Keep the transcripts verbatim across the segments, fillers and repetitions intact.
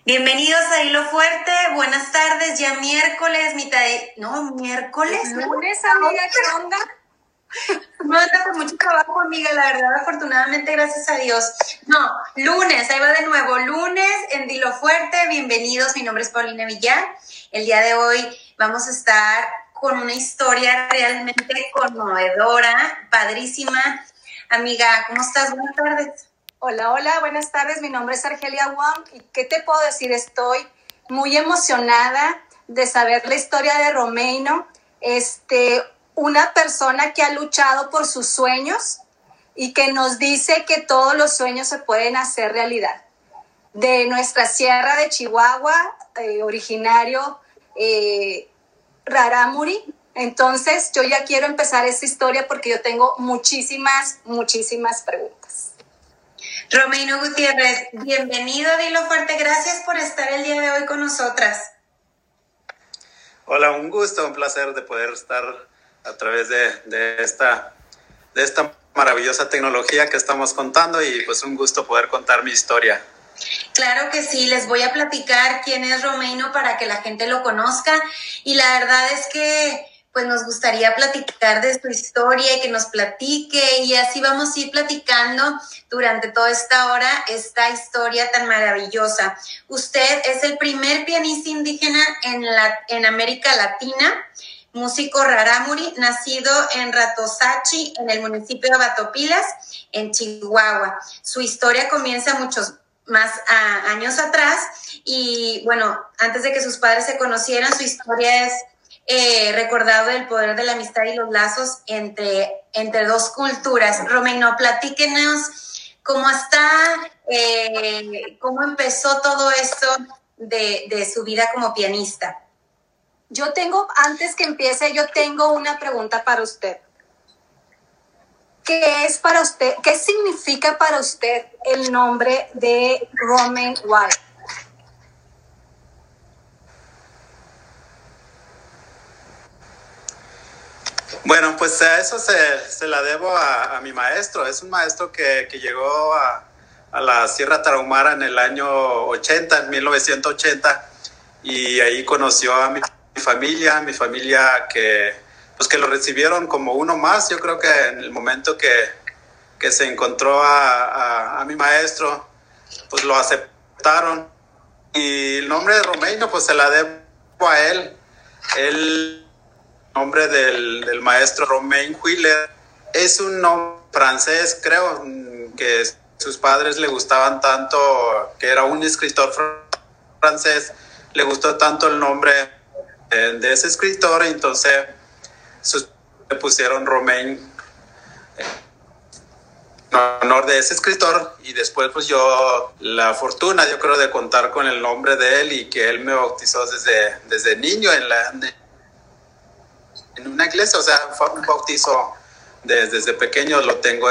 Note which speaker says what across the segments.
Speaker 1: Bienvenidos a Hilo Fuerte, buenas tardes, ya miércoles, mitad de... No, miércoles.
Speaker 2: Lunes, amiga, ¿qué onda?
Speaker 1: No anda con mucho trabajo, amiga, la verdad, afortunadamente, gracias a Dios. No, lunes, ahí va de nuevo, lunes en Hilo Fuerte, bienvenidos, mi nombre es Paulina Villar. El día de hoy vamos a estar con una historia realmente conmovedora, padrísima. Amiga, ¿cómo estás? Buenas tardes.
Speaker 2: Hola, hola, buenas tardes. Mi nombre es Argelia Wong. ¿Y qué te puedo decir? Estoy muy emocionada de saber la historia de Romeino, este, una persona que ha luchado por sus sueños y que nos dice que todos los sueños se pueden hacer realidad. De nuestra sierra de Chihuahua, eh, originario eh, Rarámuri. Entonces, yo ya quiero empezar esta historia porque yo tengo muchísimas, muchísimas preguntas.
Speaker 1: Romeino Gutiérrez, bienvenido a Hilo Fuerte, gracias por estar el día de hoy con nosotras.
Speaker 3: Hola, un gusto, un placer de poder estar a través de, de, esta, de esta maravillosa tecnología que estamos contando y pues un gusto poder contar mi historia.
Speaker 1: Claro que sí, les voy a platicar quién es Romeino para que la gente lo conozca y la verdad es que pues nos gustaría platicar de su historia y que nos platique y así vamos a ir platicando durante toda esta hora esta historia tan maravillosa. Usted es el primer pianista indígena en, la, en América Latina, músico rarámuri, nacido en Ratosachi, en el municipio de Batopilas, en Chihuahua. Su historia comienza muchos más a, años atrás y bueno, antes de que sus padres se conocieran, su historia es Eh, recordado el poder de la amistad y los lazos entre, entre dos culturas. Romeino, platíquenos cómo está, eh, cómo empezó todo esto de, de su vida como pianista.
Speaker 2: Yo tengo, antes que empiece, yo tengo una pregunta para usted. ¿Qué es para usted, qué significa para usted el nombre de Romein White?
Speaker 3: Bueno, pues a eso se, se la debo a, a mi maestro. Es un maestro que, que llegó a, a la Sierra Tarahumara en el año ochenta, en mil novecientos ochenta, y ahí conoció a mi, mi familia, mi familia que, pues que lo recibieron como uno más. Yo creo que en el momento que, que se encontró a, a, a mi maestro, pues lo aceptaron. Y el nombre de Romeino, pues se la debo a él. Él... nombre del, del maestro Romain Huiller es un nombre francés, creo, que sus padres le gustaban tanto, que era un escritor francés, le gustó tanto el nombre de, de ese escritor, y entonces sus, le pusieron Romain en honor de ese escritor, y después pues yo la fortuna, yo creo, de contar con el nombre de él y que él me bautizó desde, desde niño en la... en una iglesia, o sea, fue un bautizo desde, desde pequeño, lo tengo.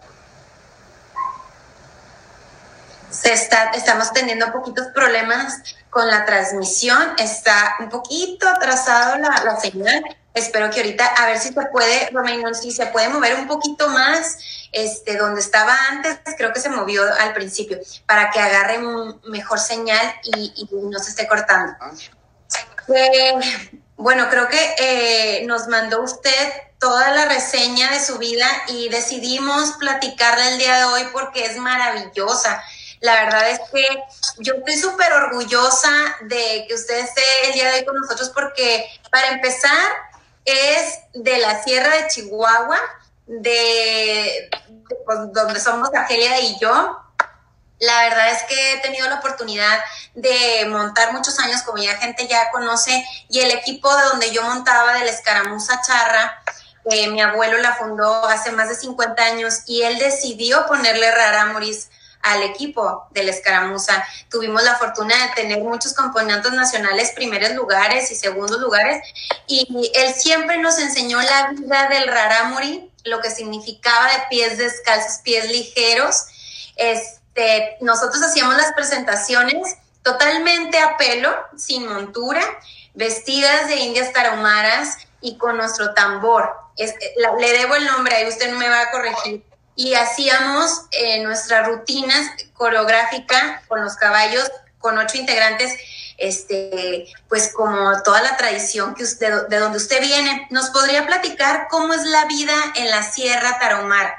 Speaker 1: Se está, estamos teniendo poquitos problemas con la transmisión, está un poquito atrasado la, la señal, espero que ahorita, a ver si se puede, Romeino, si se puede mover un poquito más, este, donde estaba antes, creo que se movió al principio, para que agarre mejor señal y, y no se esté cortando. Eh, Bueno, creo que eh, nos mandó usted toda la reseña de su vida y decidimos platicarla el día de hoy porque es maravillosa. La verdad es que yo estoy súper orgullosa de que usted esté el día de hoy con nosotros porque, para empezar, es de la Sierra de Chihuahua, de, de pues, donde somos Argelia y yo. La verdad es que he tenido la oportunidad de montar muchos años, como ya gente ya conoce, y el equipo de donde yo montaba, de la Escaramuza Charra, eh, mi abuelo la fundó hace más de cincuenta años y él decidió ponerle rarámuris al equipo de la Escaramuza. Tuvimos la fortuna de tener muchos componentes nacionales, primeros lugares y segundos lugares, y él siempre nos enseñó la vida del rarámuri, lo que significaba de pies descalzos, pies ligeros. Es Este, nosotros hacíamos las presentaciones totalmente a pelo, sin montura, vestidas de indias tarahumaras y con nuestro tambor. Es, la, le debo el nombre, ahí usted no me va a corregir. Y hacíamos eh, nuestra rutina coreográfica con los caballos con ocho integrantes, este, pues como toda la tradición que usted, de donde usted viene. ¿Nos podría platicar cómo es la vida en la Sierra Tarahumara?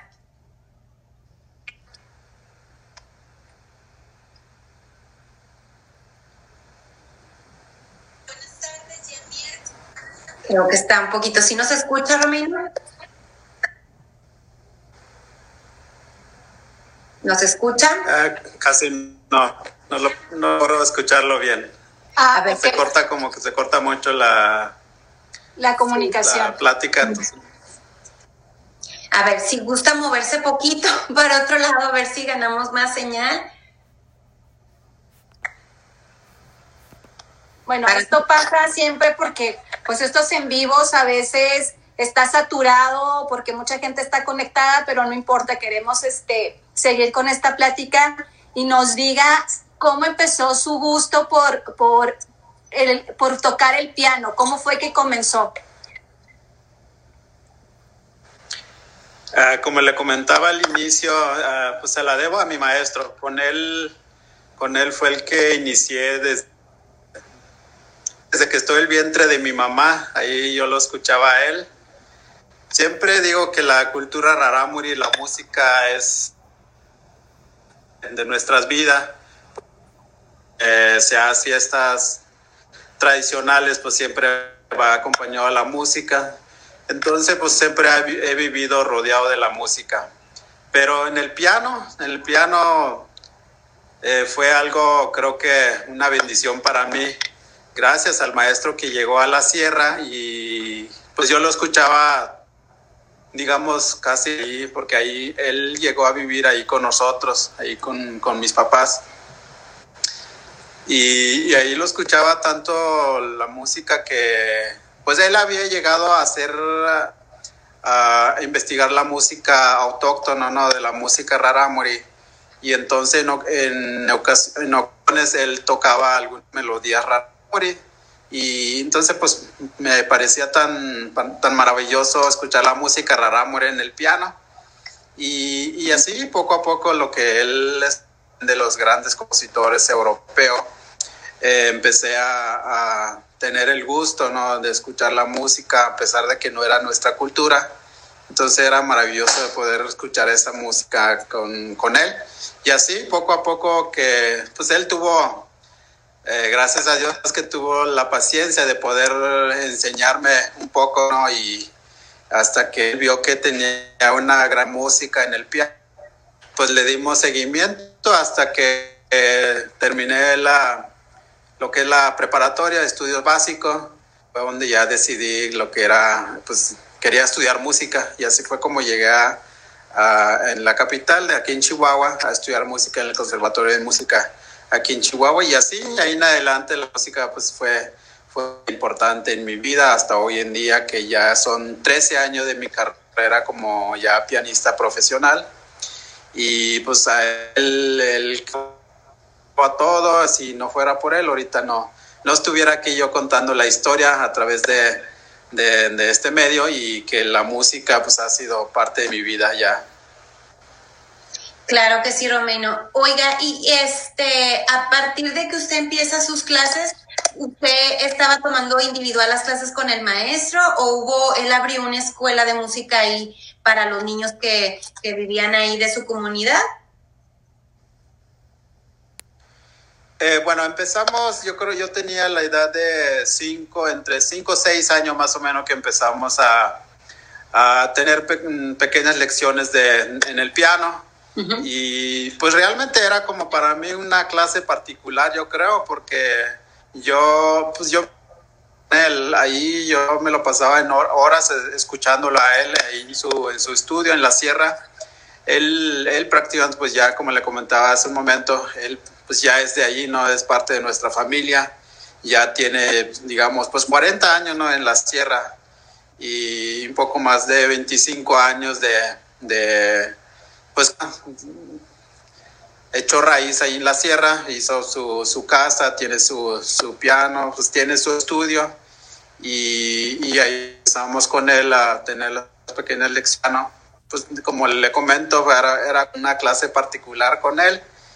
Speaker 1: Creo que está un poquito. ¿Sí nos escucha, Romino? ¿Nos escucha?
Speaker 3: Uh, casi no, no, lo, no logro escucharlo bien.
Speaker 2: Ah,
Speaker 1: a ver,
Speaker 3: se corta como que se corta mucho la,
Speaker 2: la comunicación.
Speaker 3: La plática. Entonces.
Speaker 1: A ver, si gusta moverse poquito para otro lado, a ver si ganamos más señal.
Speaker 2: Bueno, esto pasa siempre porque pues estos en vivos a veces está saturado porque mucha gente está conectada, pero no importa, queremos este seguir con esta plática y nos diga cómo empezó su gusto por, por, el, por tocar el piano, cómo fue que comenzó.
Speaker 3: Uh, como le comentaba al inicio, uh, pues se la debo a mi maestro. Con él, con él fue el que inicié desde Desde que estoy en el vientre de mi mamá, ahí yo lo escuchaba a él. Siempre digo que la cultura rarámuri, la música es de nuestras vidas. Eh, sea fiestas tradicionales, pues siempre va acompañado a la música. Entonces, pues siempre he, he vivido rodeado de la música. Pero en el piano, en el piano eh, fue algo, creo que una bendición para mí. Gracias al maestro que llegó a la sierra y pues yo lo escuchaba, digamos, casi ahí, porque ahí él llegó a vivir ahí con nosotros, ahí con, con mis papás. Y, y ahí lo escuchaba tanto la música que, pues él había llegado a hacer, a, a investigar la música autóctona, ¿no? De la música rarámuri. Y entonces en, en, en ocasiones él tocaba algunas melodías raras. Y entonces pues me parecía tan, tan maravilloso escuchar la música rarámuri en el piano y, y así poco a poco lo que él es de los grandes compositores europeos, eh, empecé a, a tener el gusto, ¿no? De escuchar la música a pesar de que no era nuestra cultura. Entonces era maravilloso de poder escuchar esa música con, con él y así poco a poco que pues él tuvo Eh, gracias a Dios que tuvo la paciencia de poder enseñarme un poco, ¿no? Y hasta que vio que tenía una gran música en el piano, pues le dimos seguimiento hasta que eh, terminé la, lo que es la preparatoria de estudios básicos, fue donde ya decidí lo que era, pues quería estudiar música y así fue como llegué a, a, en la capital de aquí en Chihuahua a estudiar música en el Conservatorio de Música aquí en Chihuahua y así, ahí en adelante la música pues fue, fue importante en mi vida hasta hoy en día que ya son trece años de mi carrera como ya pianista profesional y pues a él, él a todo, si no fuera por él ahorita no, no estuviera aquí yo contando la historia a través de, de, de este medio y que la música pues ha sido parte de mi vida ya.
Speaker 1: Claro que sí, Romino. Oiga, y este, a partir de que usted empieza sus clases, ¿usted estaba tomando individual las clases con el maestro o hubo, él abrió una escuela de música ahí para los niños que, que vivían ahí de su comunidad?
Speaker 3: Eh, bueno, empezamos, yo creo yo tenía la edad de cinco, entre cinco o seis años más o menos que empezamos a, a tener pe- pequeñas lecciones de, en el piano. Uh-huh. Y pues realmente era como para mí una clase particular, yo creo, porque yo, pues yo, él, ahí yo me lo pasaba en horas escuchándolo a él ahí en su, en su estudio en la sierra. Él, él prácticamente, pues ya como le comentaba hace un momento, él pues ya es de allí, ¿no? Es parte de nuestra familia, ya tiene, digamos, pues cuarenta años, ¿no? En la sierra y un poco más de veinticinco años de... de pues echó raíz ahí en la sierra, hizo su, su casa, tiene su, su piano, pues tiene su estudio y, y ahí empezamos con él a tener las pequeñas lecciones. Pues como le comento, era, era una clase particular con él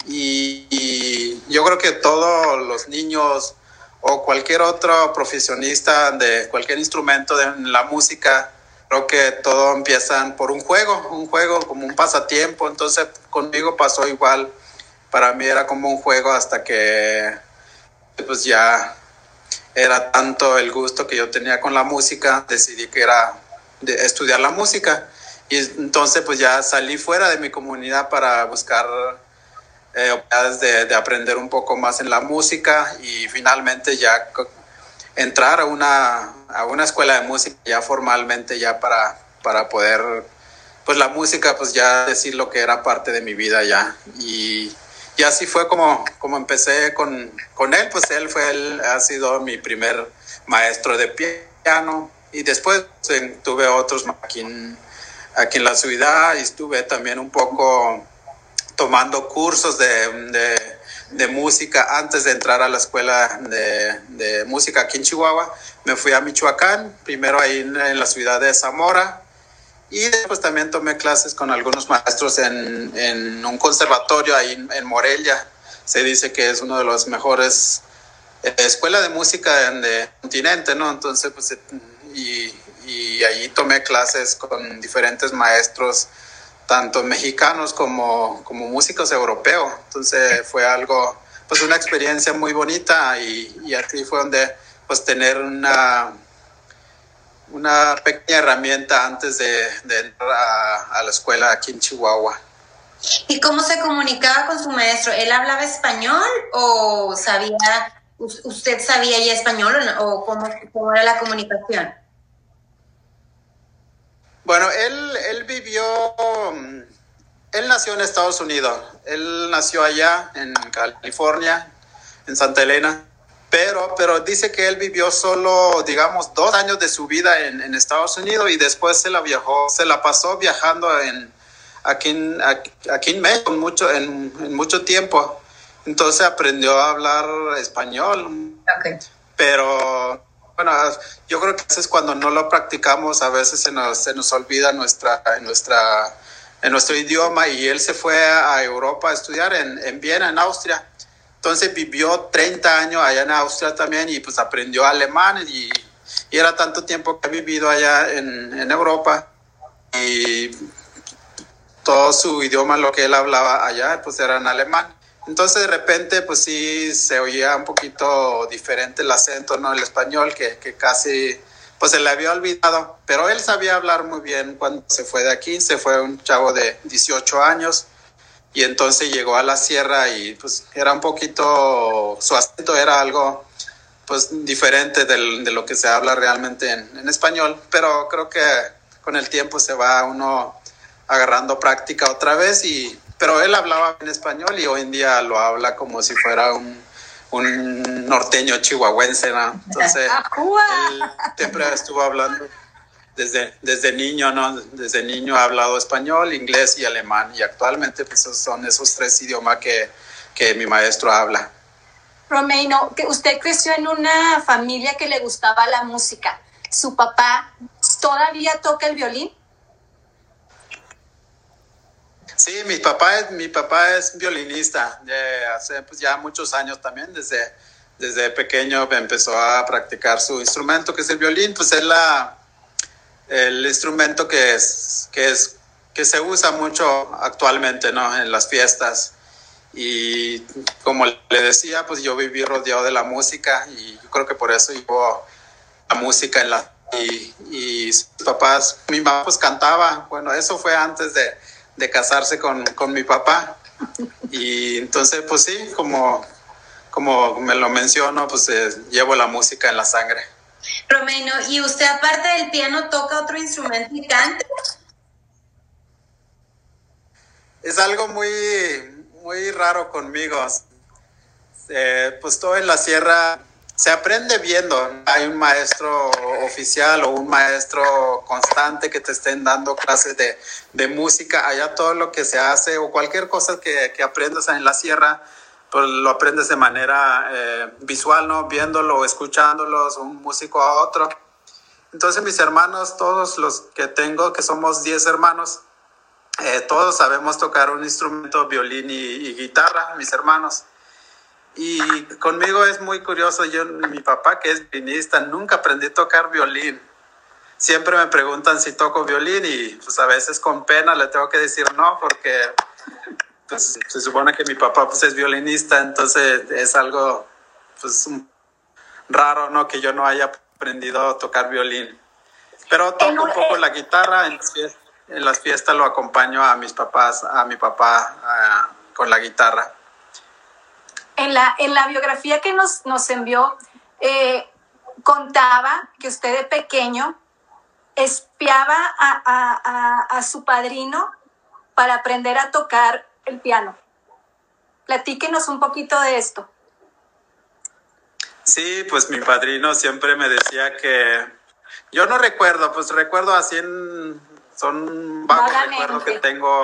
Speaker 3: y, y yo creo que todos los niños o cualquier otro profesionista de cualquier instrumento de la música, creo que todo empiezan por un juego, un juego como un pasatiempo. Entonces conmigo pasó igual, para mí era como un juego hasta que pues ya era tanto el gusto que yo tenía con la música, decidí que era de estudiar la música. Y entonces pues ya salí fuera de mi comunidad para buscar eh, oportunidades de, de aprender un poco más en la música y finalmente ya entrar a una, a una escuela de música ya formalmente, ya para, para poder, pues la música, pues ya decir lo que era parte de mi vida ya. Y, y así fue como, como empecé con, con él, pues él fue, él ha sido mi primer maestro de piano y después eh, tuve otros aquí en, aquí en la ciudad y estuve también un poco tomando cursos de, de, de música antes de entrar a la escuela de, de música aquí en Chihuahua. Me fui a Michoacán, primero ahí en, en la ciudad de Zamora, y después también tomé clases con algunos maestros en, en un conservatorio ahí en, en Morelia. Se dice que es uno de los mejores eh, escuelas de música del continente, ¿no? Entonces, pues, y, y ahí tomé clases con diferentes maestros, tanto mexicanos como, como músicos europeos. Entonces fue algo, pues una experiencia muy bonita y, y aquí fue donde pues tener una, una pequeña herramienta antes de, de entrar a, a la escuela aquí en Chihuahua.
Speaker 1: ¿Y cómo se comunicaba con su maestro? ¿Él hablaba español o sabía, usted sabía ya español o cómo, cómo era la comunicación?
Speaker 3: Bueno, él, él vivió, él nació en Estados Unidos, él nació allá en California, en Santa Elena, pero, pero dice que él vivió solo, digamos, dos años de su vida en, en Estados Unidos y después se la viajó, se la pasó viajando en, aquí, en, aquí, aquí en México mucho, en, en mucho tiempo. Entonces aprendió a hablar español, okay. Pero bueno, yo creo que a veces cuando no lo practicamos, a veces se nos, se nos olvida nuestra, nuestra, en nuestro idioma, y él se fue a Europa a estudiar en, en Viena, en Austria. Entonces vivió treinta años allá en Austria también y pues aprendió alemán y, y era tanto tiempo que ha vivido allá en, en Europa y todo su idioma, lo que él hablaba allá, pues era en alemán. Entonces de repente pues sí se oía un poquito diferente el acento, ¿no? El español que, que casi pues se le había olvidado, pero él sabía hablar muy bien cuando se fue de aquí. Se fue un chavo de dieciocho años y entonces llegó a la sierra y pues era un poquito, su acento era algo pues diferente del, de lo que se habla realmente en, en español, pero creo que con el tiempo se va uno agarrando práctica otra vez y pero él hablaba en español y hoy en día lo habla como si fuera un, un norteño chihuahuense, ¿no? Entonces, él siempre estuvo hablando desde, desde niño, ¿no? Desde niño ha hablado español, inglés y alemán, y actualmente pues, son esos tres idiomas que, que mi maestro habla.
Speaker 2: Romeino, que usted creció en una familia que le gustaba la música. ¿Su papá todavía toca el violín?
Speaker 3: Sí, mi papá es, mi papá es violinista de hace pues, ya muchos años también. Desde, desde pequeño empezó a practicar su instrumento, que es el violín. Pues es la, el instrumento que, es, que, es, que se usa mucho actualmente, ¿no? En las fiestas. Y como le decía, pues yo viví rodeado de la música y yo creo que por eso llevo la música en la... Y, y sus papás, mi mamá pues cantaba. Bueno, eso fue antes de... de casarse con, con mi papá, y entonces pues sí, como, como me lo menciono, pues eh, llevo la música en la sangre.
Speaker 1: Romeino, ¿y usted aparte del piano toca otro instrumento y canta?
Speaker 3: Es algo muy, muy raro conmigo. Eh, pues todo en la sierra se aprende viendo. Hay un maestro oficial o un maestro constante que te estén dando clases de, de música. Allá todo lo que se hace o cualquier cosa que, que aprendas en la sierra, pues lo aprendes de manera eh, visual, ¿no? Viéndolo o escuchándolos, un músico a otro. Entonces mis hermanos, todos los que tengo, que somos diez hermanos, eh, todos sabemos tocar un instrumento, violín y, y guitarra, mis hermanos. Y conmigo es muy curioso, yo, mi papá que es violinista, nunca aprendí a tocar violín. Siempre me preguntan si toco violín y pues a veces con pena le tengo que decir no, porque pues, se supone que mi papá pues, es violinista, entonces es algo pues raro, ¿no? Que yo no haya aprendido a tocar violín. Pero toco un poco la guitarra, en las fiestas, en las fiestas lo acompaño a mis papás, a mi papá a, con la guitarra.
Speaker 2: En la, en la biografía que nos, nos envió, eh, contaba que usted de pequeño espiaba a, a, a, a su padrino para aprender a tocar el piano. Platíquenos un poquito de esto.
Speaker 3: Sí, pues mi padrino siempre me decía que... Yo no recuerdo, pues recuerdo así en... Son vagos recuerdos que tengo...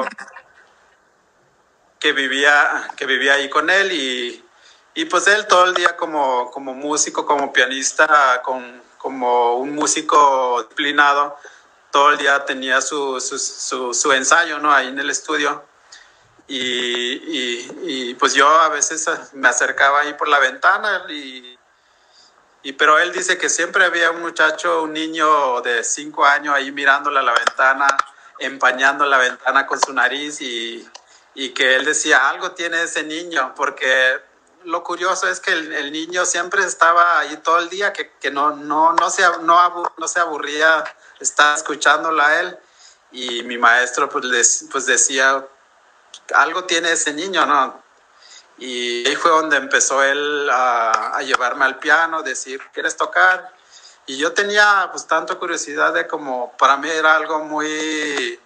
Speaker 3: Que vivía, que vivía ahí con él y, y pues él todo el día como, como músico, como pianista, con, como un músico disciplinado, todo el día tenía su, su, su, su ensayo, ¿no? Ahí en el estudio. Y, y, y pues yo a veces me acercaba ahí por la ventana y, y pero él dice que siempre había un muchacho, un niño de cinco años ahí mirándole a la ventana, empañando la ventana con su nariz y, y que él decía, algo tiene ese niño, porque lo curioso es que el, el niño siempre estaba ahí todo el día, que, que no, no, no, se, no, abu, no se aburría estar escuchándolo a él. Y mi maestro pues, les, pues decía, algo tiene ese niño, ¿no? Y ahí fue donde empezó él a, a llevarme al piano, decir, ¿quieres tocar? Y yo tenía pues tanta curiosidad de como, para mí era algo muy,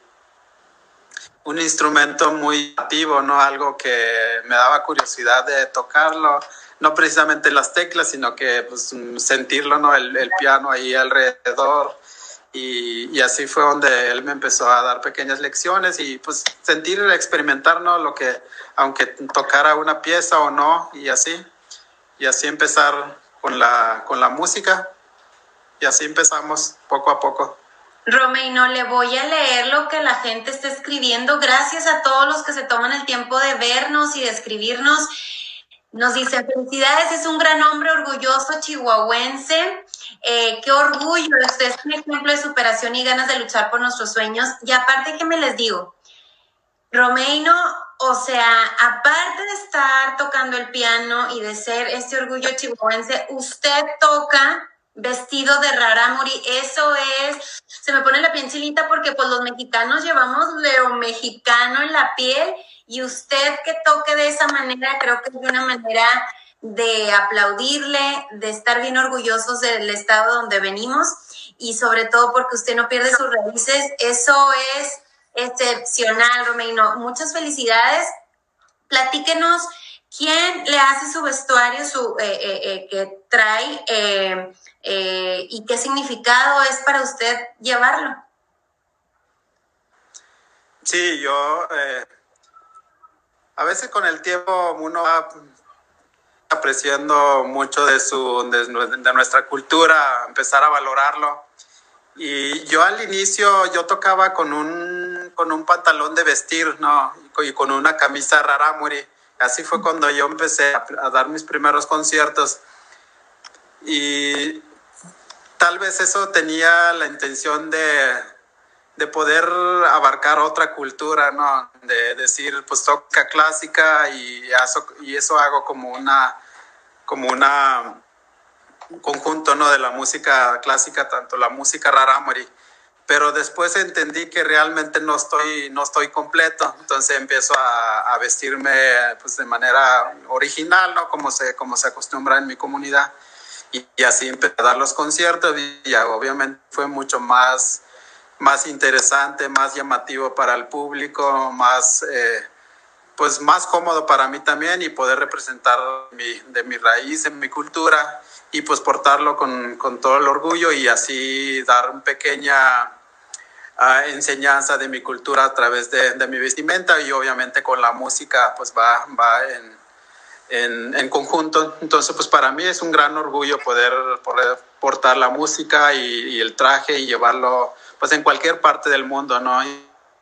Speaker 3: un instrumento muy activo, ¿no? Algo que me daba curiosidad de tocarlo, no precisamente las teclas, sino que pues sentirlo, ¿no? El, el piano ahí alrededor. Y, y así fue donde él me empezó a dar pequeñas lecciones y pues sentir, experimentar, ¿no? Lo que, aunque tocara una pieza o no, y así. Y así empezar con la, con la música. Y así empezamos poco a poco.
Speaker 1: Romeino, le voy a leer lo que la gente está escribiendo. Gracias a todos los que se toman el tiempo de vernos y de escribirnos. Nos dice, felicidades, es un gran hombre orgulloso chihuahuense. Eh, qué orgullo, usted es un ejemplo de superación y ganas de luchar por nuestros sueños. Y aparte, ¿qué me les digo? Romeino, o sea, aparte de estar tocando el piano y de ser este orgullo chihuahuense, usted toca vestido de rarámuri. Eso es, se me pone la piel chinita porque pues los mexicanos llevamos lo mexicano en la piel y usted que toque de esa manera, creo que es de una manera de aplaudirle, de estar bien orgullosos del estado donde venimos y sobre todo porque usted no pierde sus raíces. Eso es excepcional, Romeino. Muchas felicidades. Platíquenos quién le hace su vestuario, su eh, eh, eh, que trae eh, eh, y qué significado es para usted llevarlo.
Speaker 3: Sí, yo eh, a veces con el tiempo uno va apreciando mucho de, su, de, de nuestra cultura, empezar a valorarlo. Y yo al inicio, yo tocaba con un, con un pantalón de vestir, ¿no? Y con una camisa rarámuri. Así fue cuando yo empecé a, a dar mis primeros conciertos. Y tal vez eso tenía la intención de, de poder abarcar otra cultura, ¿no? De decir, pues toca clásica y eso, y eso hago como una, como una conjunto, ¿no? De la música clásica, tanto la música rarámuri. Pero después entendí que realmente no estoy, no estoy completo, entonces empiezo a, a vestirme pues, de manera original, ¿no? Como se, como se acostumbra en mi comunidad. Y, y así empecé a dar los conciertos y ya, obviamente fue mucho más, más interesante, más llamativo para el público, más, eh, pues más cómodo para mí también y poder representar mi, de mi raíz, en mi cultura y pues portarlo con, con todo el orgullo y así dar una pequeña uh, enseñanza de mi cultura a través de, de mi vestimenta y obviamente con la música pues va, va en, en, en conjunto. Entonces pues para mí es un gran orgullo poder, poder portar la música y, y el traje y llevarlo pues en cualquier parte del mundo, ¿no? Y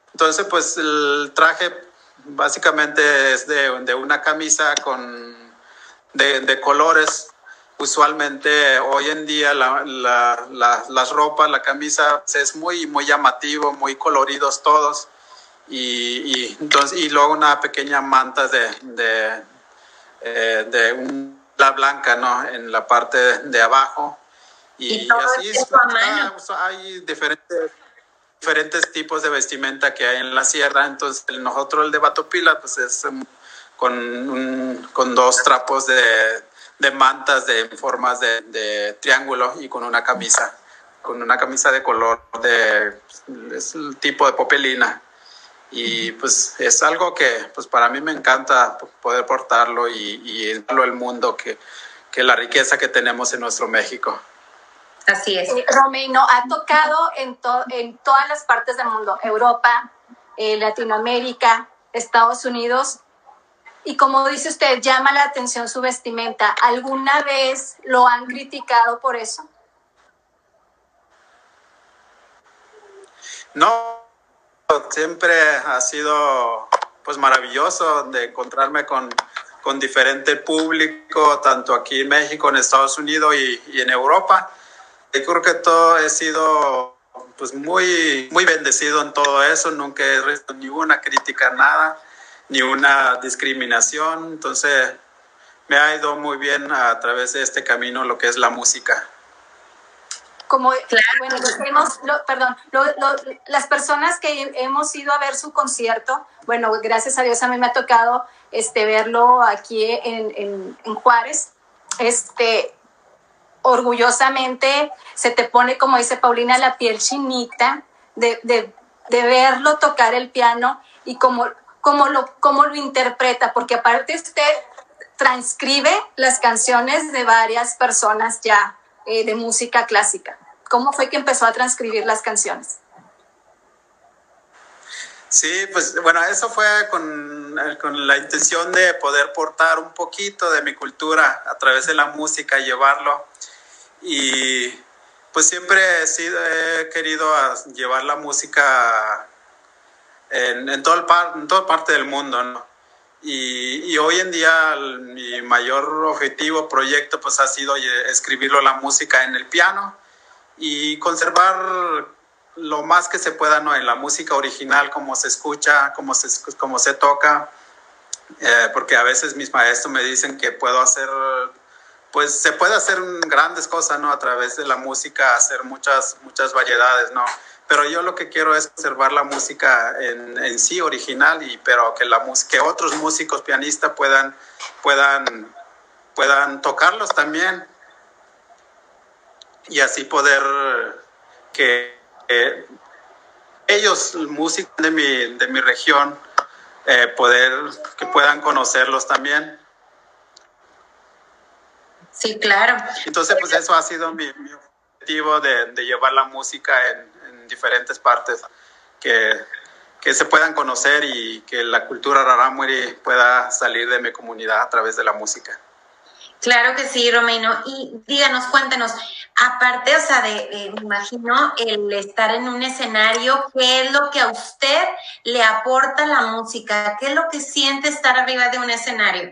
Speaker 3: Entonces, pues el traje básicamente es de, de una camisa con, de, de colores. Usualmente hoy en día la, la, la, las ropas, la camisa es muy, muy llamativo, muy coloridos todos. Y, y, entonces, y luego una pequeña manta de, de, eh, de una blanca, ¿no? En la parte de abajo. Y,
Speaker 1: y todo
Speaker 3: así
Speaker 1: es a mano.
Speaker 3: Hay diferentes, diferentes tipos de vestimenta que hay en la sierra. Entonces nosotros el de Batopila pues es um, con, un, con dos trapos de, de mantas de formas de, de triángulo y con una camisa, con una camisa de color de es el tipo de popelina. Y pues es algo que pues para mí me encanta poder portarlo y, y darlo al mundo, que, que la riqueza que tenemos en nuestro México.
Speaker 2: Así es. Eh, Romeino ha tocado en, to en todas las partes del mundo, Europa, eh, Latinoamérica, Estados Unidos, y como dice usted, llama la atención su vestimenta. ¿Alguna vez lo han criticado por eso?
Speaker 3: No. Siempre ha sido pues maravilloso de encontrarme con, con diferente público, tanto aquí en México, en Estados Unidos y, y en Europa. Yo creo que todo he sido pues muy, muy bendecido en todo eso. Nunca he recibido ninguna crítica, nada, ni una discriminación. Entonces me ha ido muy bien a través de este camino lo que es la música.
Speaker 2: Como, claro. Bueno, hemos, lo, perdón, lo, lo, las personas que hemos ido a ver su concierto, bueno, gracias a Dios a mí me ha tocado este, verlo aquí en, en, en Juárez, este, orgullosamente se te pone, como dice Paulina, la piel chinita de, de, de verlo tocar el piano y cómo, cómo, lo, cómo lo interpreta, porque aparte usted transcribe las canciones de varias personas ya eh, de música clásica. ¿Cómo fue que empezó a transcribir las canciones?
Speaker 3: Sí, pues bueno, eso fue con, con la intención de poder portar un poquito de mi cultura a través de la música, llevarlo. Y pues siempre he, sido, he querido llevar la música en, en, todo el par, en toda parte del mundo, ¿no? Y, y hoy en día el, mi mayor objetivo, proyecto, pues ha sido escribirlo la música en el piano y conservar lo más que se pueda, ¿no? En la música original, cómo se escucha, cómo se, cómo se toca, eh, porque a veces mis maestros me dicen que puedo hacer, pues se puede hacer grandes cosas, ¿no? A través de la música, hacer muchas, muchas variedades, ¿no? Pero yo lo que quiero es conservar la música en, en sí original, y, pero que, la, que otros músicos pianistas puedan, puedan, puedan tocarlos también. Y así poder que eh, ellos, músicos de mi, de mi región, eh, poder que puedan conocerlos también.
Speaker 1: Sí, claro.
Speaker 3: Entonces, pues eso ha sido mi, mi objetivo de, de llevar la música en, en diferentes partes, que, que se puedan conocer y que la cultura rarámuri pueda salir de mi comunidad a través de la música.
Speaker 1: Claro que sí, Romeino. Y díganos, cuéntenos, aparte, o sea, de, de, me imagino el estar en un escenario, ¿qué es lo que a usted le aporta la música? ¿Qué es lo que siente estar arriba de un escenario?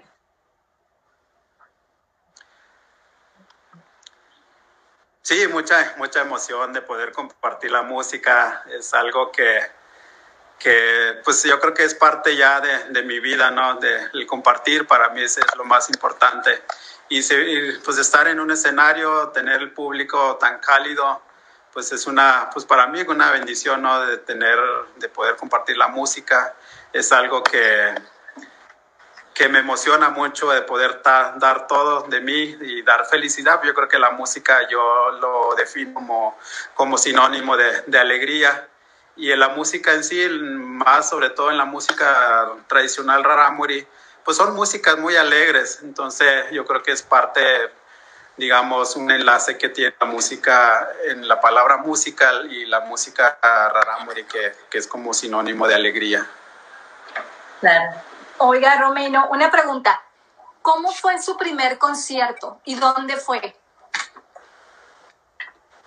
Speaker 3: Sí, mucha, mucha emoción de poder compartir la música. Es algo que, que pues yo creo que es parte ya de, de mi vida, ¿no? De, el compartir para mí es, es lo más importante. Y, se, y pues estar en un escenario, tener el público tan cálido, pues es una, pues para mí una bendición, ¿no? De tener, de poder compartir la música. Es algo que, que me emociona mucho, de poder ta, dar todo de mí y dar felicidad. Yo creo que la música yo lo defino como, como sinónimo de, de alegría. Y en la música en sí, más sobre todo en la música tradicional rarámuri, pues son músicas muy alegres. Entonces yo creo que es parte, digamos, un enlace que tiene la música en la palabra musical y la música rarámuri, que, que es como sinónimo de alegría.
Speaker 2: Claro. Oiga, Romeino, una pregunta. ¿Cómo fue su primer concierto y dónde fue?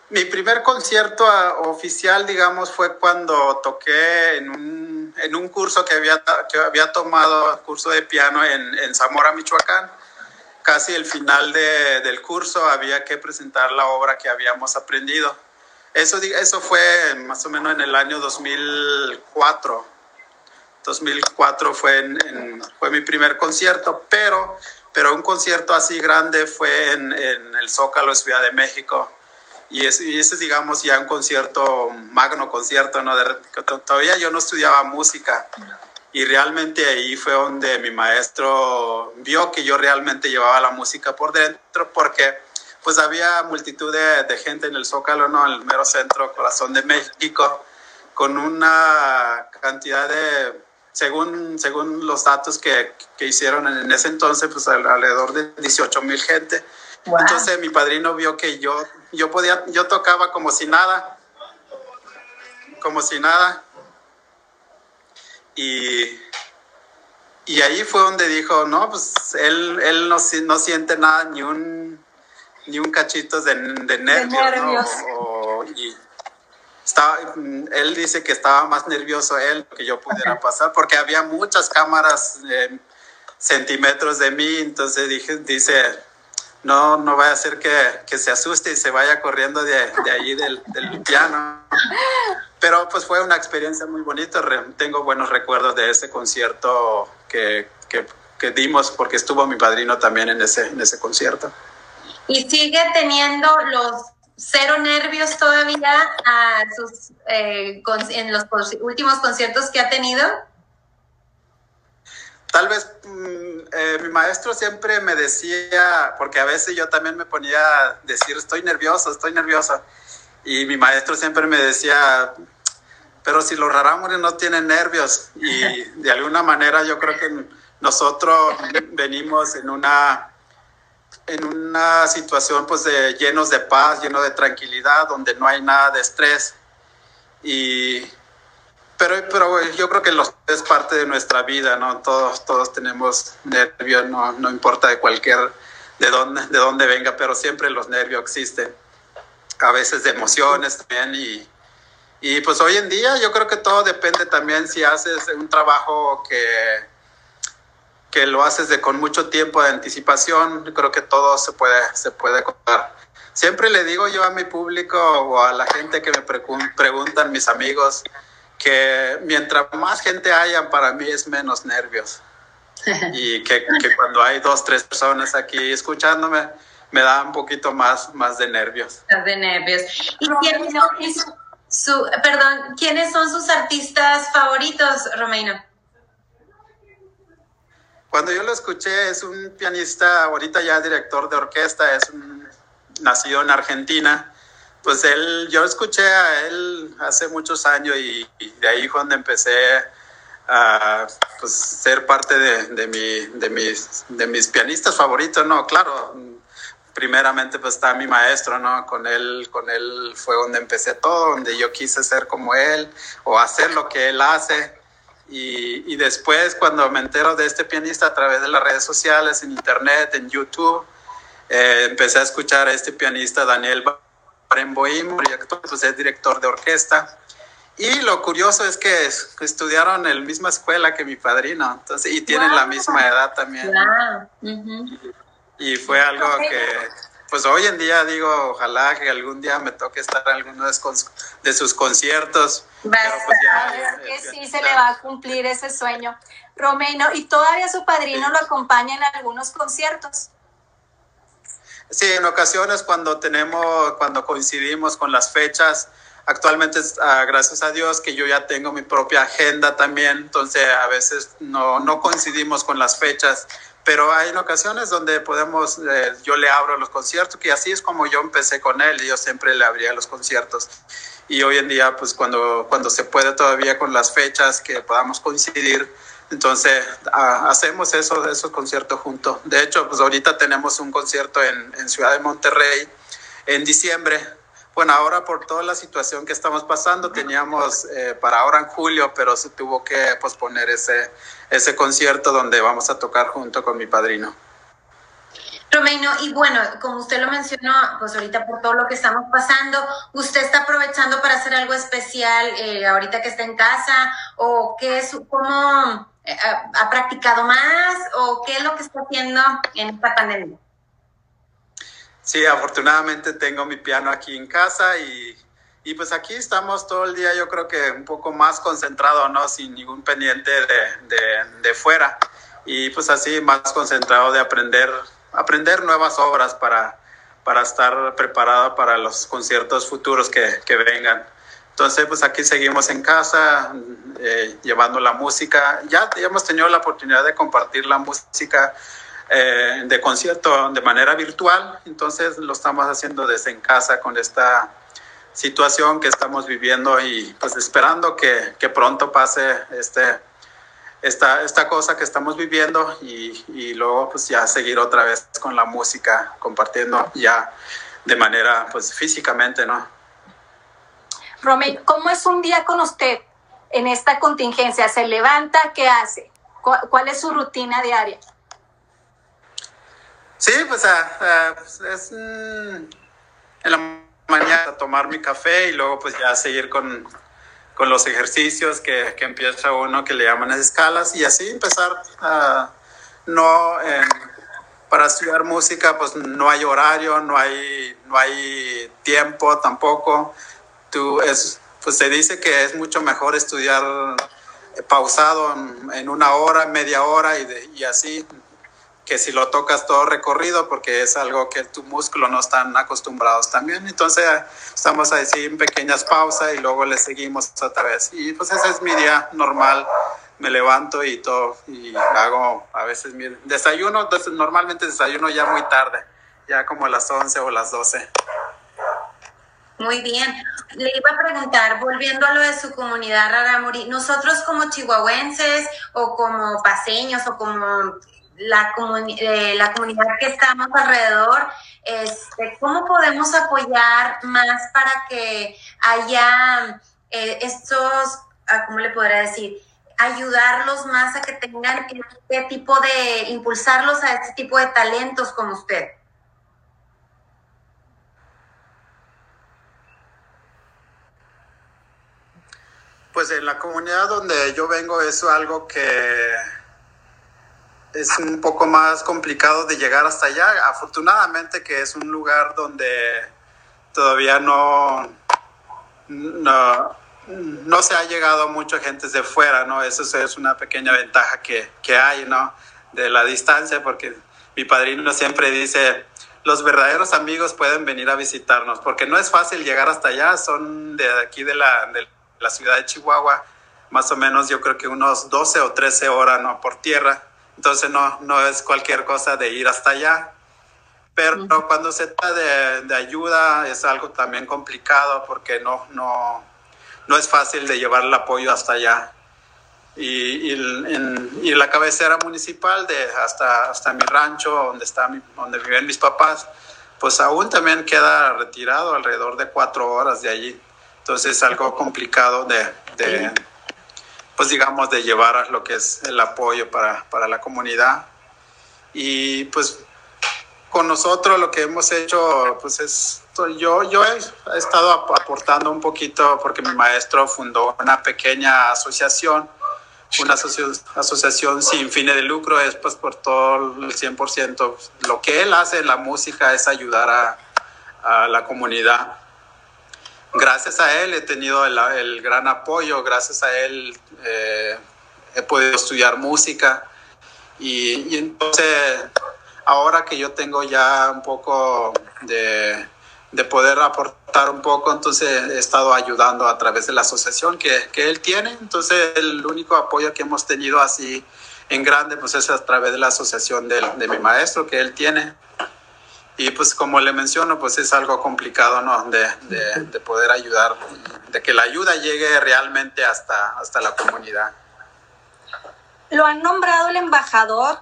Speaker 3: Mi primer concierto uh, oficial, digamos, fue cuando toqué en un, en un curso que había, que había tomado, curso de piano en, en Zamora, Michoacán. Casi el final de, del curso había que presentar la obra que habíamos aprendido. Eso, eso fue más o menos en el año dos mil cuatro. dos mil cuatro fue, en, en, fue mi primer concierto, pero, pero un concierto así grande fue en, en el Zócalo, Ciudad de México. Y ese, y ese es, digamos, ya un concierto, magno concierto, ¿no? De, todavía yo no estudiaba música. Y realmente ahí fue donde mi maestro vio que yo realmente llevaba la música por dentro, porque pues había multitud de, de gente en el Zócalo, ¿no? En el mero centro, corazón de México, con una cantidad de, según, según los datos que, que hicieron en ese entonces, pues alrededor de dieciocho mil gente. Wow. Entonces mi padrino vio que yo, yo podía, yo tocaba como si nada, como si nada. Y, y ahí fue donde dijo, no, pues él, él no, no siente nada, ni un, ni un cachito de, de nervios, de nervios. ¿No? O, y estaba, él dice que estaba más nervioso él que yo pudiera okay. pasar, porque había muchas cámaras eh, centímetros de mí, entonces dije, dice, no, no vaya a ser que, que se asuste y se vaya corriendo de, de allí del, del piano. Pero pues fue una experiencia muy bonita. Tengo buenos recuerdos de ese concierto que, que, que dimos, porque estuvo mi padrino también en ese, en ese concierto.
Speaker 1: ¿Y sigue teniendo los cero nervios todavía a sus, eh, con, en los últimos conciertos que ha tenido?
Speaker 3: Tal vez eh, mi maestro siempre me decía, porque a veces yo también me ponía a decir, estoy nervioso, estoy nervioso. Y mi maestro siempre me decía, pero si los rarámuris no tienen nervios. Y de alguna manera yo creo que nosotros venimos en una, en una situación pues de, llenos de paz, llenos de tranquilidad, donde no hay nada de estrés. Y, pero, pero yo creo que los, es parte de nuestra vida, ¿no? Todos, todos tenemos nervios, no, no importa de cualquier, de dónde, de dónde venga, pero siempre los nervios existen. A veces de emociones también y, y pues hoy en día yo creo que todo depende también si haces un trabajo que, que lo haces de con mucho tiempo de anticipación, yo creo que todo se puede, se puede contar. Siempre le digo yo a mi público o a la gente que me pregun- preguntan, mis amigos, que mientras más gente haya, para mí es menos nervios. Y que, que cuando hay dos, tres personas aquí escuchándome, me da un poquito más, más de nervios.
Speaker 1: De nervios. ¿Y quiénes son, su, perdón, ¿quiénes son sus artistas favoritos, Romeino?
Speaker 3: Cuando yo lo escuché, es un pianista, ahorita ya director de orquesta, es un, nacido en Argentina. Pues él, yo escuché a él hace muchos años y, y de ahí fue donde empecé a pues, ser parte de, de, mi, de, mis, de mis pianistas favoritos, ¿no? Claro, primeramente pues está mi maestro, ¿no? Con él, con él fue donde empecé todo, donde yo quise ser como él o hacer lo que él hace. Y, y después cuando me entero de este pianista a través de las redes sociales, en internet, en YouTube, eh, empecé a escuchar a este pianista Daniel Barenboim, pues es director de orquesta. Y lo curioso es que estudiaron en la misma escuela que mi padrino, entonces, y tienen wow. la misma edad también. Wow. Uh-huh. Y fue algo que, pues hoy en día digo, ojalá que algún día me toque estar en alguno de sus, de sus conciertos.
Speaker 2: Pero pues ya, a ver que sí se le va a cumplir ese sueño. Romeino, ¿y todavía su padrino sí. lo acompaña en algunos conciertos?
Speaker 3: Sí, en ocasiones cuando tenemos, cuando coincidimos con las fechas. Actualmente, uh, gracias a Dios, que yo ya tengo mi propia agenda también, entonces a veces no, no coincidimos con las fechas. Pero hay en ocasiones donde podemos, eh, yo le abro los conciertos, que así es como yo empecé con él, y yo siempre le abría los conciertos. Y hoy en día, pues cuando, cuando se puede todavía con las fechas, que podamos coincidir, entonces uh, hacemos eso, esos conciertos juntos. De hecho, pues ahorita tenemos un concierto en, en Ciudad de Monterrey en diciembre. Bueno, ahora por toda la situación que estamos pasando, teníamos eh, para ahora en julio, pero se tuvo que posponer ese, ese concierto donde vamos a tocar junto con mi padrino.
Speaker 1: Romeino, y bueno, como usted lo mencionó, pues ahorita por todo lo que estamos pasando, ¿usted está aprovechando para hacer algo especial eh, ahorita que está en casa? ¿O qué es, cómo eh, ha, ha practicado más? ¿O qué es lo que está haciendo en esta pandemia?
Speaker 3: Sí, afortunadamente tengo mi piano aquí en casa y, y pues aquí estamos todo el día, yo creo que un poco más concentrado, ¿no? Sin ningún pendiente de, de, de fuera. Y pues así más concentrado de aprender aprender nuevas obras para, para estar preparado para los conciertos futuros que, que vengan. Entonces, pues aquí seguimos en casa, eh, llevando la música. Ya, ya hemos tenido la oportunidad de compartir la música eh, de concierto de manera virtual, entonces lo estamos haciendo desde en casa con esta situación que estamos viviendo y pues esperando que, que pronto pase este Esta, esta cosa que estamos viviendo y, y luego pues ya seguir otra vez con la música, compartiendo ya de manera pues físicamente, ¿no?
Speaker 2: Romeino, ¿cómo es un día con usted en esta contingencia? ¿Se levanta? ¿Qué hace? ¿Cuál, cuál es su rutina diaria?
Speaker 3: Sí, pues, uh, uh, pues es mm, en la mañana tomar mi café y luego pues ya seguir con... con los ejercicios que, que empieza uno, que le llaman escalas, y así empezar a, uh, no, eh, para estudiar música, pues no hay horario, no hay, no hay tiempo tampoco. Tú es, pues se dice que es mucho mejor estudiar pausado en, en una hora, media hora, y, de, y así, que si lo tocas todo recorrido, porque es algo que tus músculos no están acostumbrados también. Entonces estamos así en pequeñas pausas y luego le seguimos otra vez. Y pues ese es mi día normal. Me levanto y todo, y hago a veces mi desayuno. Normalmente desayuno ya muy tarde, ya como a las once o las doce.
Speaker 1: Muy bien. Le iba a preguntar, volviendo a lo de su comunidad Rarámuri, nosotros como chihuahuenses o como paseños o como la, comuni- eh, la comunidad que estamos alrededor, este, ¿cómo podemos apoyar más para que haya eh, estos, ¿cómo le podría decir? Ayudarlos más a que tengan este tipo de, impulsarlos a este tipo de talentos como usted.
Speaker 3: Pues en la comunidad donde yo vengo es algo que es un poco más complicado de llegar hasta allá. Afortunadamente que es un lugar donde todavía no, no, no se ha llegado mucha gente de fuera, ¿no? Eso es una pequeña ventaja que, que hay, ¿no? De la distancia, porque mi padrino siempre dice, los verdaderos amigos pueden venir a visitarnos, porque no es fácil llegar hasta allá. Son de aquí de la, de la ciudad de Chihuahua, más o menos yo creo que unos doce o trece horas, ¿no? Por tierra. Entonces no, no es cualquier cosa de ir hasta allá. Pero uh-huh. cuando se trata de, de ayuda es algo también complicado, porque no, no, no es fácil de llevar el apoyo hasta allá. Y, y, en, y la cabecera municipal de hasta, hasta mi rancho, donde, está mi, donde viven mis papás, pues aún también queda retirado alrededor de cuatro horas de allí. Entonces es algo complicado de, de pues digamos, de llevar lo que es el apoyo para, para la comunidad. Y pues con nosotros lo que hemos hecho, pues es, yo, yo he, he estado aportando un poquito, porque mi maestro fundó una pequeña asociación, una asoci- asociación sin fines de lucro. Es pues por todo el cien por ciento. Lo que él hace en la música es ayudar a, a la comunidad. Gracias a él he tenido el, el gran apoyo, gracias a él eh, he podido estudiar música y, y entonces ahora que yo tengo ya un poco de, de poder aportar un poco, entonces he estado ayudando a través de la asociación que, que él tiene. Entonces el único apoyo que hemos tenido así en grande pues es a través de la asociación de, de mi maestro que él tiene. Y pues como le menciono, pues es algo complicado, ¿no? De, de, de poder ayudar, de que la ayuda llegue realmente hasta, hasta la comunidad.
Speaker 2: Lo han nombrado el embajador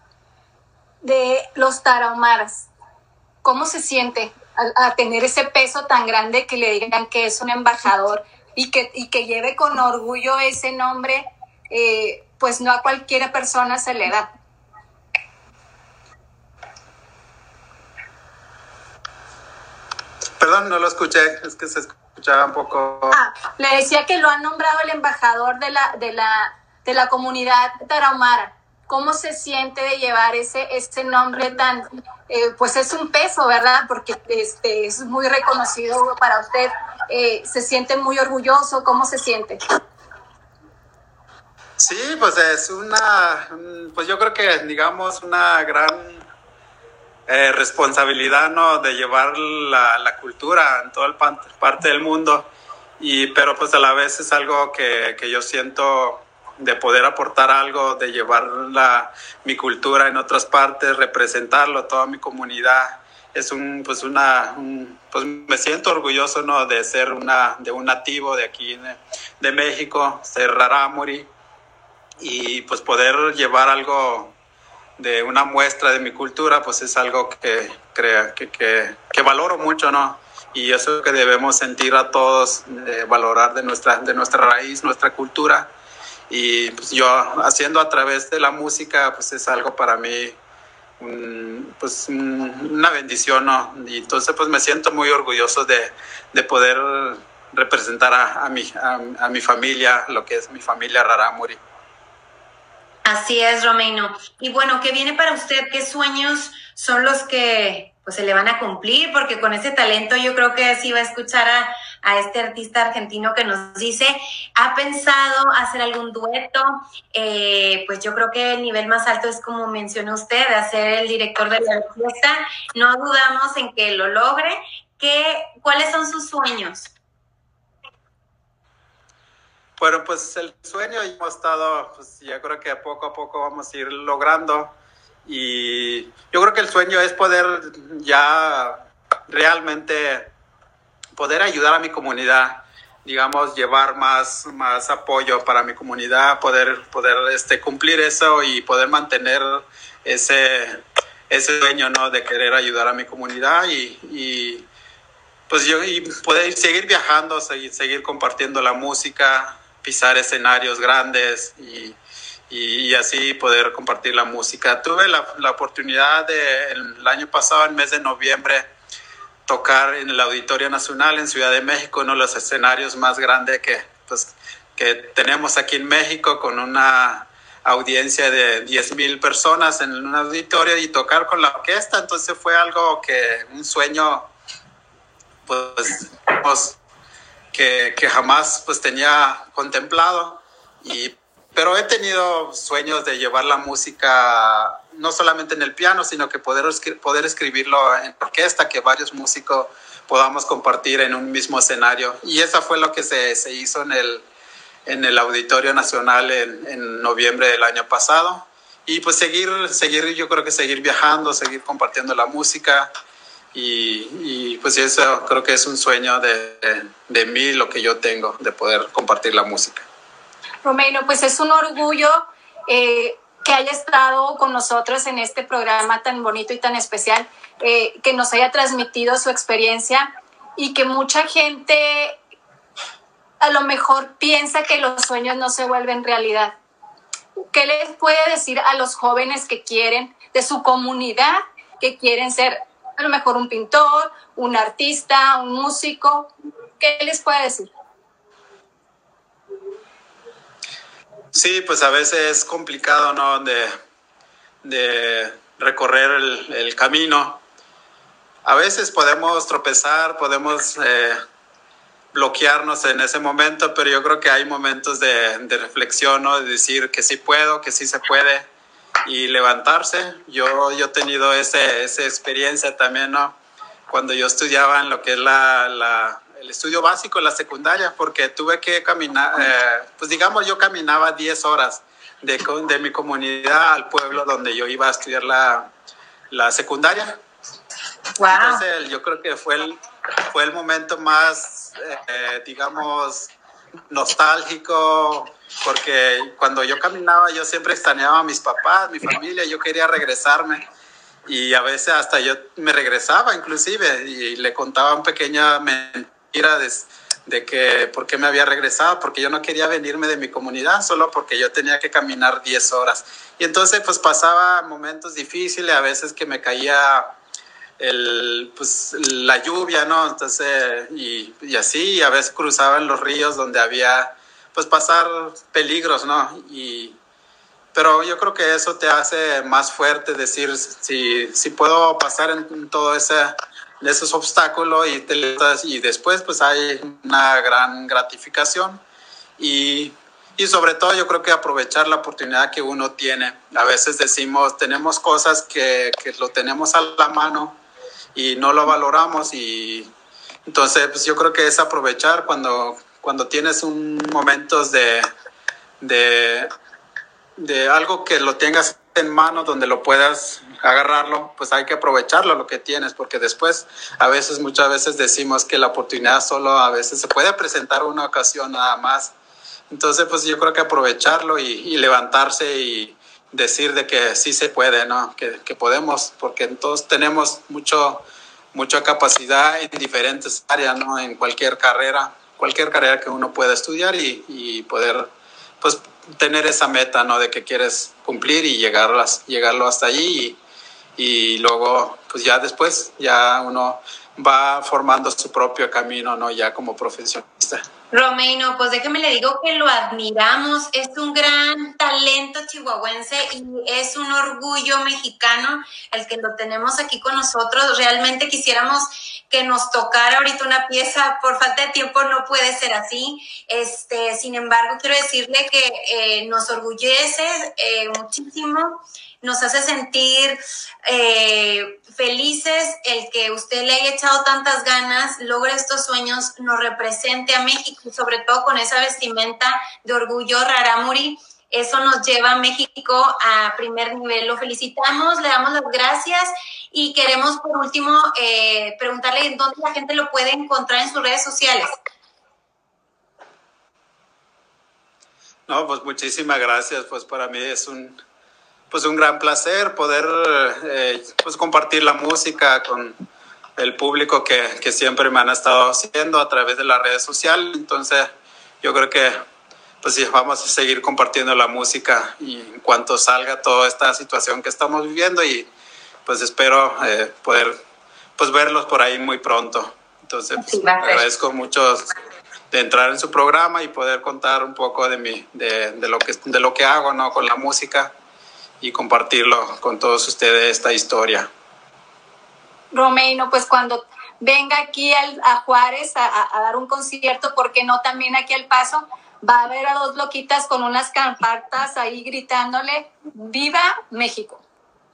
Speaker 2: de los tarahumaras. ¿Cómo se siente a, a tener ese peso tan grande que le digan que es un embajador y que, y que lleve con orgullo ese nombre? Eh, pues no a cualquier persona se le da.
Speaker 3: Perdón, no lo escuché, es que se escuchaba un poco.
Speaker 2: Ah, le decía que lo han nombrado el embajador de la, de la, de la comunidad tarahumara. ¿Cómo se siente de llevar ese, ese nombre tan, eh, pues es un peso, ¿verdad? Porque este, es muy reconocido para usted. Eh, ¿Se siente muy orgulloso? ¿Cómo se siente?
Speaker 3: Sí, pues es una, pues yo creo que digamos una gran eh, responsabilidad, ¿no? De llevar la, la cultura en toda el pan, parte del mundo, y pero pues a la vez es algo que, que yo siento de poder aportar algo, de llevar la, mi cultura en otras partes, representarlo, toda mi comunidad. Es un, pues una, un, pues me siento orgulloso, ¿no? De ser una, de un nativo de aquí, de, de México, ser rarámuri, y pues poder llevar algo de una muestra de mi cultura, pues es algo que, que, que, que valoro mucho, ¿no? Y eso que debemos sentir a todos, de valorar de nuestra, de nuestra raíz, nuestra cultura. Y pues yo haciendo a través de la música, pues es algo para mí, un, pues un, una bendición, ¿no? Y entonces pues me siento muy orgulloso de, de poder representar a, a, mi, a, a mi familia, lo que es mi familia rarámuri.
Speaker 1: Así es, Romeino. Y bueno, ¿qué viene para usted? ¿Qué sueños son los que pues se le van a cumplir? Porque con ese talento yo creo que sí va a escuchar a, a este artista argentino que nos dice, ¿ha pensado hacer algún dueto? Eh, pues yo creo que el nivel más alto es, como mencionó usted, de ser el director de la orquesta. No dudamos en que lo logre. ¿Qué, ¿Cuáles son sus sueños?
Speaker 3: Bueno, pues el sueño hemos estado, pues ya creo que poco a poco vamos a ir logrando, y yo creo que el sueño es poder ya realmente poder ayudar a mi comunidad, digamos, llevar más, más apoyo para mi comunidad, poder, poder este, cumplir eso y poder mantener ese, ese sueño, ¿no? De querer ayudar a mi comunidad y, y pues yo y poder seguir viajando, seguir, seguir compartiendo la música, pisar escenarios grandes y, y, y así poder compartir la música. Tuve la, la oportunidad de, el año pasado, en el mes de noviembre, tocar en el Auditorio Nacional en Ciudad de México, uno de los escenarios más grandes que, pues, que tenemos aquí en México, con una audiencia de diez mil personas en un auditorio, y tocar con la orquesta. Entonces fue algo que, un sueño, pues, pues Que, que jamás pues tenía contemplado, y, pero he tenido sueños de llevar la música no solamente en el piano, sino que poder, poder escribirlo en orquesta, que varios músicos podamos compartir en un mismo escenario, y eso fue lo que se, se hizo en el, en el Auditorio Nacional en, en noviembre del año pasado, y pues seguir, seguir, yo creo que seguir viajando, seguir compartiendo la música. Y, y pues eso creo que es un sueño de, de, de mí, lo que yo tengo, de poder compartir la música.
Speaker 2: Romeino, pues es un orgullo eh, que haya estado con nosotros en este programa tan bonito y tan especial, eh, que nos haya transmitido su experiencia, y que mucha gente a lo mejor piensa que los sueños no se vuelven realidad. ¿Qué les puede decir a los jóvenes que quieren, de su comunidad, que quieren ser a lo mejor un pintor, un artista, un músico? ¿Qué les puede decir?
Speaker 3: Sí, pues a veces es complicado, ¿no? De, de recorrer el, el camino. A veces podemos tropezar, podemos eh, bloquearnos en ese momento, pero yo creo que hay momentos de, de reflexión, ¿no? De decir que sí puedo, que sí se puede, y levantarse. Yo, yo he tenido ese, esa experiencia también, ¿no? Cuando yo estudiaba en lo que es la, la, el estudio básico, la secundaria, porque tuve que caminar, eh, pues digamos, yo caminaba diez horas de, de mi comunidad al pueblo donde yo iba a estudiar la, la secundaria. Wow. Entonces yo creo que fue el, fue el momento más, eh, digamos, nostálgico, porque cuando yo caminaba yo siempre extrañaba a mis papás, mi familia, yo quería regresarme, y a veces hasta yo me regresaba inclusive y le contaba una pequeña mentira de, de que por qué me había regresado, porque yo no quería venirme de mi comunidad, solo porque yo tenía que caminar diez horas. Y entonces pues pasaba momentos difíciles, a veces que me caía el, pues, la lluvia, ¿no? Entonces, y, y así, y a veces cruzaban los ríos donde había, pues, pasar peligros, ¿no? Y, pero yo creo que eso te hace más fuerte, decir, si, si puedo pasar en, en todo ese, esos obstáculos y, te, y después, pues, hay una gran gratificación. Y, y sobre todo yo creo que aprovechar la oportunidad que uno tiene. A veces decimos, tenemos cosas que, que lo tenemos a la mano y no lo valoramos, y entonces pues yo creo que es aprovechar cuando, cuando tienes un momentos de, de, de algo que lo tengas en mano donde lo puedas agarrarlo, pues hay que aprovecharlo lo que tienes, porque después a veces, muchas veces decimos que la oportunidad solo a veces se puede presentar una ocasión nada más. Entonces pues yo creo que aprovecharlo y, y levantarse y decir de que sí se puede, ¿no? Que, que podemos, porque todos tenemos mucho, mucha capacidad en diferentes áreas, ¿no? En cualquier carrera, cualquier carrera que uno pueda estudiar y, y poder, pues, tener esa meta, ¿no? De que quieres cumplir y llegarlas, llegarlo hasta allí, y, y luego, pues ya después, ya uno va formando su propio camino, ¿no? Ya como profesionista.
Speaker 1: Romeino, pues déjeme le digo que lo admiramos, es un gran talento chihuahuense y es un orgullo mexicano el que lo tenemos aquí con nosotros. Realmente quisiéramos que nos tocara ahorita una pieza, por falta de tiempo no puede ser así. Este, sin embargo, quiero decirle que eh, nos orgullece eh, muchísimo, nos hace sentir eh, felices el que usted le haya echado tantas ganas, logre estos sueños, nos represente a México y sobre todo con esa vestimenta de orgullo rarámuri. Eso nos lleva a México a primer nivel. Lo felicitamos, le damos las gracias y queremos por último eh, preguntarle dónde la gente lo puede encontrar en sus redes sociales.
Speaker 3: No, pues muchísimas gracias. Pues para mí es un, pues un gran placer poder eh, pues compartir la música con el público que, que siempre me han estado haciendo a través de las redes sociales. Entonces yo creo que pues sí, vamos a seguir compartiendo la música y en cuanto salga toda esta situación que estamos viviendo, y pues espero eh, poder pues verlos por ahí muy pronto. Entonces pues, sí, agradezco mucho de entrar en su programa y poder contar un poco de mi de, de lo que de lo que hago, ¿no? Con la música, y compartirlo con todos ustedes esta historia.
Speaker 2: Romeino, pues cuando venga aquí al, a Juárez a, a, a dar un concierto, ¿por qué no también aquí al Paso? Va a haber a dos loquitas con unas campartas ahí gritándole ¡Viva México!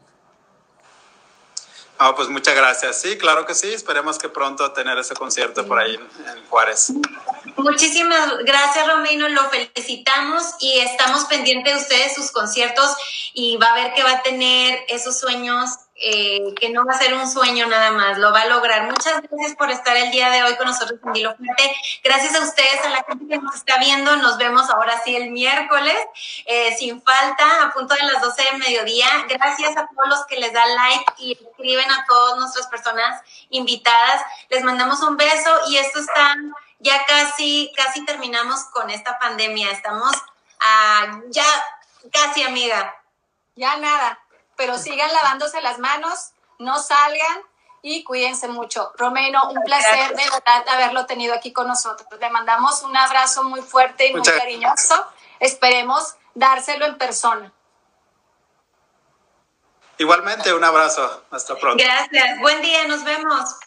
Speaker 3: Ah, pues muchas gracias. Sí, claro que sí. Esperemos que pronto tener ese concierto por ahí en, en Juárez.
Speaker 1: Muchísimas gracias, Romeino. Lo felicitamos y estamos pendientes de ustedes, sus conciertos, y va a ver que va a tener esos sueños, eh, que no va a ser un sueño nada más, lo va a lograr. Muchas gracias por estar el día de hoy con nosotros en Dilo Fuerte. Gracias a ustedes, a la gente que nos está viendo. Nos vemos ahora sí el miércoles, eh, sin falta, a punto de las doce del mediodía. Gracias a todos los que les dan like y escriben, a todas nuestras personas invitadas. Les mandamos un beso y esto está... Ya casi, casi terminamos con esta pandemia. Estamos uh, ya casi, amiga.
Speaker 2: Ya nada, pero sigan lavándose las manos, no salgan y cuídense mucho. Romeino, un placer de verdad haberlo tenido aquí con nosotros. Le mandamos un abrazo muy fuerte y Muchas muy cariñoso. Esperemos dárselo en persona.
Speaker 3: Igualmente, un abrazo. Hasta pronto.
Speaker 1: Gracias. Buen día, nos vemos.